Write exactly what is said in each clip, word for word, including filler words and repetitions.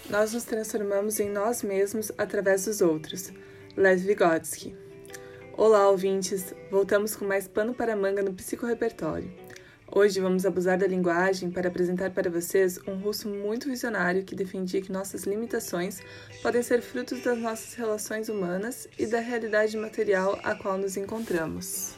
Nós nos transformamos em nós mesmos através dos outros. Lev Vygotsky. Olá, ouvintes! Voltamos com mais pano para manga no psicorrepertório. Hoje vamos abusar da linguagem para apresentar para vocês um russo muito visionário que defendia que nossas limitações podem ser frutos das nossas relações humanas e da realidade material a qual nos encontramos.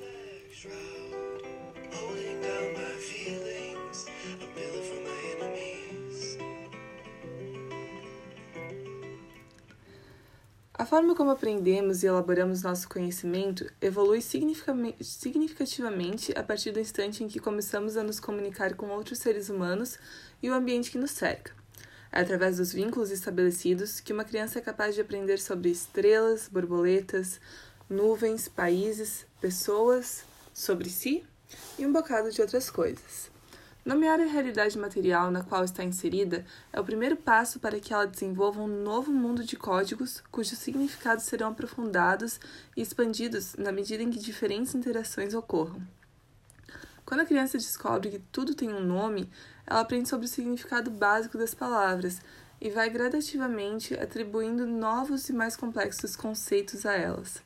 A forma como aprendemos e elaboramos nosso conhecimento evolui significativamente a partir do instante em que começamos a nos comunicar com outros seres humanos e o ambiente que nos cerca. É através dos vínculos estabelecidos que uma criança é capaz de aprender sobre estrelas, borboletas, nuvens, países, pessoas, sobre si e um bocado de outras coisas. Nomear a realidade material na qual está inserida é o primeiro passo para que ela desenvolva um novo mundo de códigos cujos significados serão aprofundados e expandidos na medida em que diferentes interações ocorram. Quando a criança descobre que tudo tem um nome, ela aprende sobre o significado básico das palavras e vai gradativamente atribuindo novos e mais complexos conceitos a elas.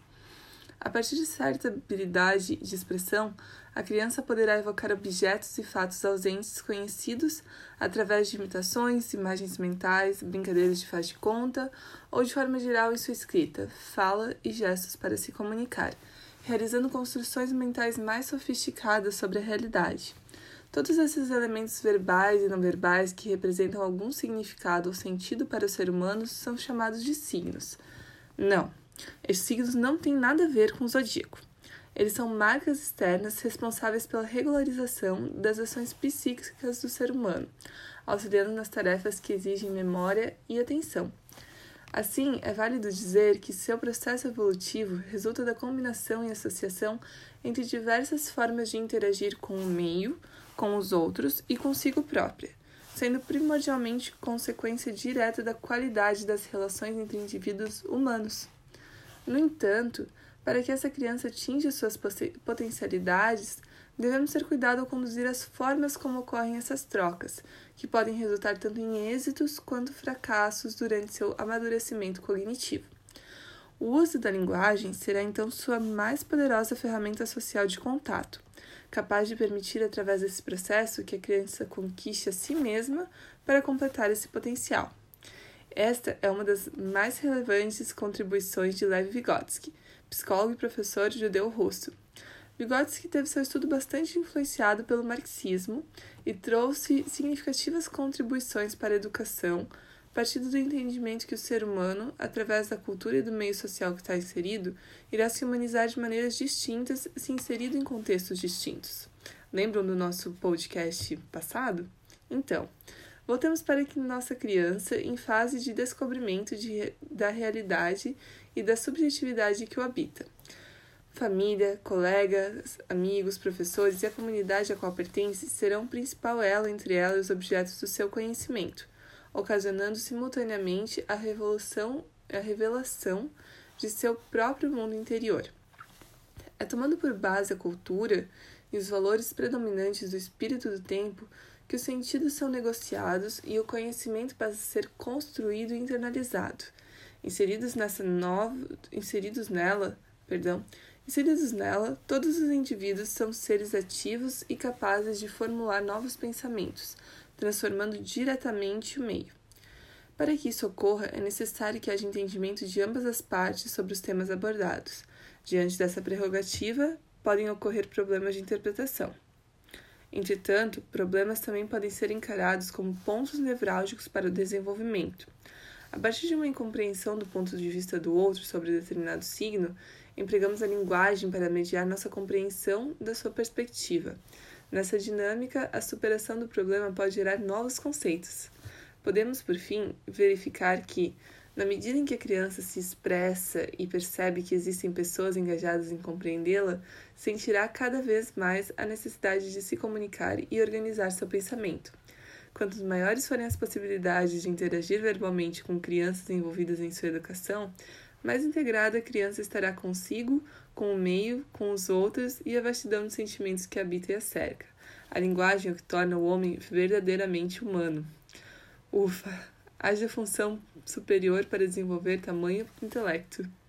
A partir de certa habilidade de expressão, a criança poderá evocar objetos e fatos ausentes conhecidos através de imitações, imagens mentais, brincadeiras de faz de conta ou de forma geral em sua escrita, fala e gestos para se comunicar, realizando construções mentais mais sofisticadas sobre a realidade. Todos esses elementos verbais e não verbais que representam algum significado ou sentido para o ser humano são chamados de signos. Não. Estes signos não têm nada a ver com o zodíaco. Eles são marcas externas responsáveis pela regularização das ações psíquicas do ser humano, auxiliando nas tarefas que exigem memória e atenção. Assim, é válido dizer que seu processo evolutivo resulta da combinação e associação entre diversas formas de interagir com o meio, com os outros e consigo própria, sendo primordialmente consequência direta da qualidade das relações entre indivíduos humanos. No entanto, para que essa criança atinja suas potencialidades, devemos ter cuidado ao conduzir as formas como ocorrem essas trocas, que podem resultar tanto em êxitos quanto fracassos durante seu amadurecimento cognitivo. O uso da linguagem será então sua mais poderosa ferramenta social de contato, capaz de permitir através desse processo que a criança conquiste a si mesma para completar esse potencial. Esta é uma das mais relevantes contribuições de Lev Vygotsky, psicólogo e professor judeu-russo. Vygotsky teve seu estudo bastante influenciado pelo marxismo e trouxe significativas contribuições para a educação, partindo do entendimento que o ser humano, através da cultura e do meio social que está inserido, irá se humanizar de maneiras distintas se inserido em contextos distintos. Lembram do nosso podcast passado? Então, voltemos para que nossa criança, em fase de descobrimento de, da realidade e da subjetividade que o habita. Família, colegas, amigos, professores e a comunidade a qual pertence serão o principal elo entre ela e os objetos do seu conhecimento, ocasionando simultaneamente a, revolução, a revelação de seu próprio mundo interior. É tomando por base a cultura e os valores predominantes do espírito do tempo que os sentidos são negociados e o conhecimento passa a ser construído e internalizado. Inseridos nessa nova, inseridos nela, perdão, inseridos nela, todos os indivíduos são seres ativos e capazes de formular novos pensamentos, transformando diretamente o meio. Para que isso ocorra, é necessário que haja entendimento de ambas as partes sobre os temas abordados. Diante dessa prerrogativa, podem ocorrer problemas de interpretação. Entretanto, problemas também podem ser encarados como pontos nevrálgicos para o desenvolvimento. A partir de uma incompreensão do ponto de vista do outro sobre determinado signo, empregamos a linguagem para mediar nossa compreensão da sua perspectiva. Nessa dinâmica, a superação do problema pode gerar novos conceitos. Podemos, por fim, verificar que, na medida em que a criança se expressa e percebe que existem pessoas engajadas em compreendê-la, sentirá cada vez mais a necessidade de se comunicar e organizar seu pensamento. Quanto maiores forem as possibilidades de interagir verbalmente com crianças envolvidas em sua educação, mais integrada a criança estará consigo, com o meio, com os outros e a vastidão dos sentimentos que habita e a cerca. A linguagem é o que torna o homem verdadeiramente humano. Ufa! haja função superior para desenvolver tamanho intelecto.